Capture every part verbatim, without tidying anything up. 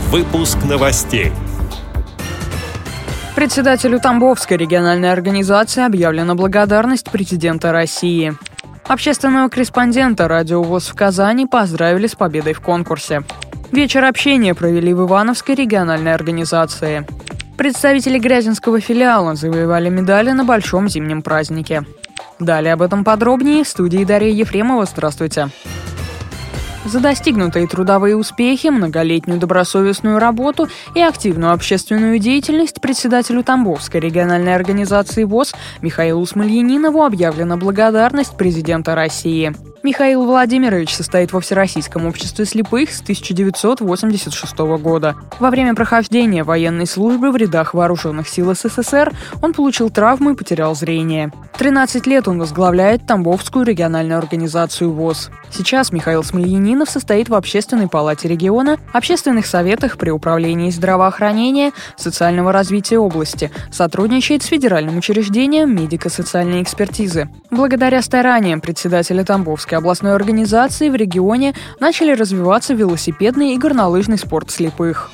Выпуск новостей. Председателю Тамбовской региональной организации объявлена благодарность президента России. Общественного корреспондента «Радио ВОС» в Казани поздравили с победой в конкурсе. Вечер общения провели в Ивановской региональной организации. Представители Грязинского филиала завоевали медали на большом зимнем празднике. Далее об этом подробнее в студии Дарья Ефремова. Здравствуйте. За достигнутые трудовые успехи, многолетнюю добросовестную работу и активную общественную деятельность председателю Тамбовской региональной организации ВОС Михаилу Смольянинову объявлена благодарность президента России. Михаил Владимирович состоит во Всероссийском обществе слепых с тысяча девятьсот восемьдесят шестого года. Во время прохождения военной службы в рядах вооруженных сил СССР он получил травму и потерял зрение. тринадцать лет он возглавляет Тамбовскую региональную организацию ВОС. Сейчас Михаил Смольянинов состоит в Общественной палате региона, общественных советах при управлении здравоохранения, социального развития области, сотрудничает с федеральным учреждением медико-социальной экспертизы. Благодаря стараниям председателя Тамбовской областной организации в регионе начали развиваться велосипедный и горнолыжный спорт слепых.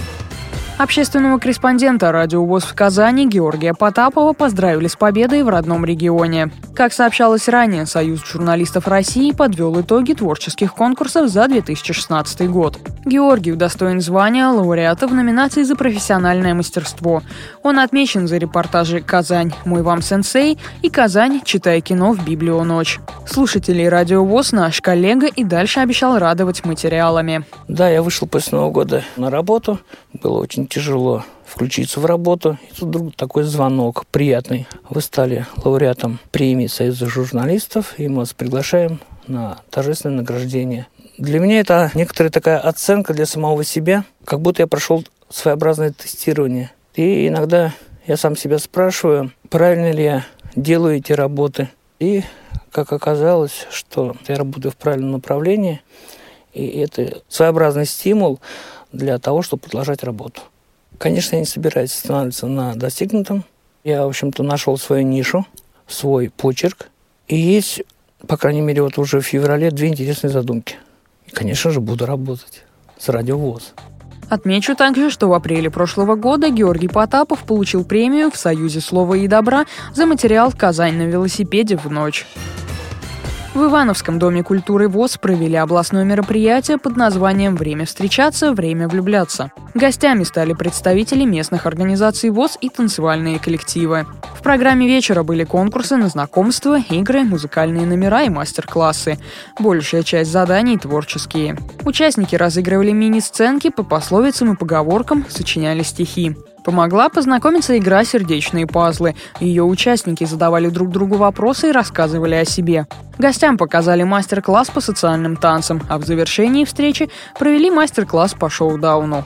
Общественного корреспондента «Радио ВОС» в Казани Георгия Потапова поздравили с победой в родном регионе. Как сообщалось ранее, Союз журналистов России подвел итоги творческих конкурсов за две тысячи шестнадцатый год. Георгий удостоен звания лауреата в номинации за профессиональное мастерство. Он отмечен за репортажи «Казань. Мой вам сенсей» и «Казань. Читай кино в Библию ночь». Слушателей «Радио ВОС» наш коллега и дальше обещал радовать материалами. Да, я вышел после Нового года на работу. Было очень тяжело включиться в работу. И тут вдруг такой звонок приятный. Вы стали лауреатом премии Союза журналистов, и мы вас приглашаем на торжественное награждение. Для меня это некоторая такая оценка для самого себя, как будто я прошел своеобразное тестирование. И иногда я сам себя спрашиваю, правильно ли я делаю эти работы. И как оказалось, что я работаю в правильном направлении, и это своеобразный стимул для того, чтобы продолжать работу. Конечно, я не собираюсь останавливаться на достигнутом. Я, в общем-то, нашел свою нишу, свой почерк. И есть, по крайней мере, вот уже в феврале две интересные задумки. И, конечно же, буду работать с «Радио ВОС». Отмечу также, что в апреле прошлого года Георгий Потапов получил премию в Союзе слова и добра за материал «Казань на велосипеде в ночь». В Ивановском доме культуры ВОС провели областное мероприятие под названием «Время встречаться, время влюбляться». Гостями стали представители местных организаций ВОС и танцевальные коллективы. В программе вечера были конкурсы на знакомства, игры, музыкальные номера и мастер-классы. Большая часть заданий творческие. Участники разыгрывали мини-сценки по пословицам и поговоркам, сочиняли стихи. Помогла познакомиться игра «Сердечные пазлы». Ее участники задавали друг другу вопросы и рассказывали о себе. Гостям показали мастер-класс по социальным танцам, а в завершении встречи провели мастер-класс по шоу-дауну.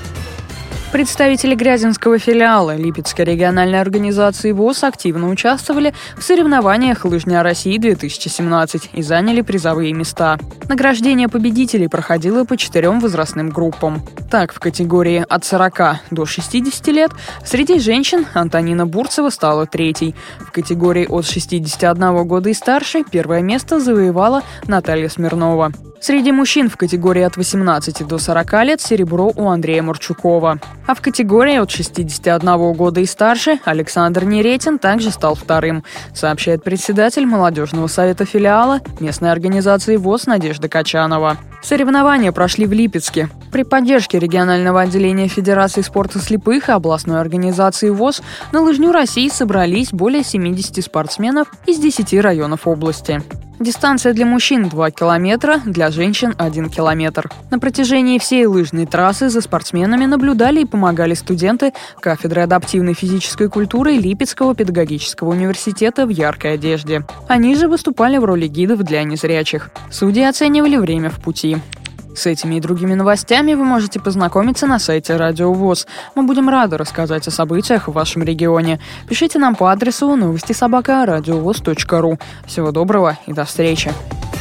Представители Грязинского филиала Липецкой региональной организации ВОС активно участвовали в соревнованиях «Лыжня России-две тысячи семнадцать» и заняли призовые места. Награждение победителей проходило по четырем возрастным группам. Так, в категории от сорока до шестидесяти лет среди женщин Антонина Бурцева стала третьей. В категории от шестидесяти одного года и старше первое место завоевала Наталья Смирнова. Среди мужчин в категории от восемнадцати до сорока лет серебро у Андрея Марчукова. А в категории от шестидесяти одного года и старше Александр Неретин также стал вторым, сообщает председатель молодежного совета филиала местной организации ВОС Надежда Качанова. Соревнования прошли в Липецке. При поддержке регионального отделения Федерации спорта слепых и областной организации ВОС на Лыжню России собрались более семидесяти спортсменов из десяти районов области. Дистанция для мужчин два километра, для женщин один километр. На протяжении всей лыжной трассы за спортсменами наблюдали и помогали студенты кафедры адаптивной физической культуры Липецкого педагогического университета в яркой одежде. Они же выступали в роли гидов для незрячих. Судьи оценивали время в пути. С этими и другими новостями вы можете познакомиться на сайте «Радио ВОС». Мы будем рады рассказать о событиях в вашем регионе. Пишите нам по адресу новости собака радиовос точка ру. Всего доброго и до встречи.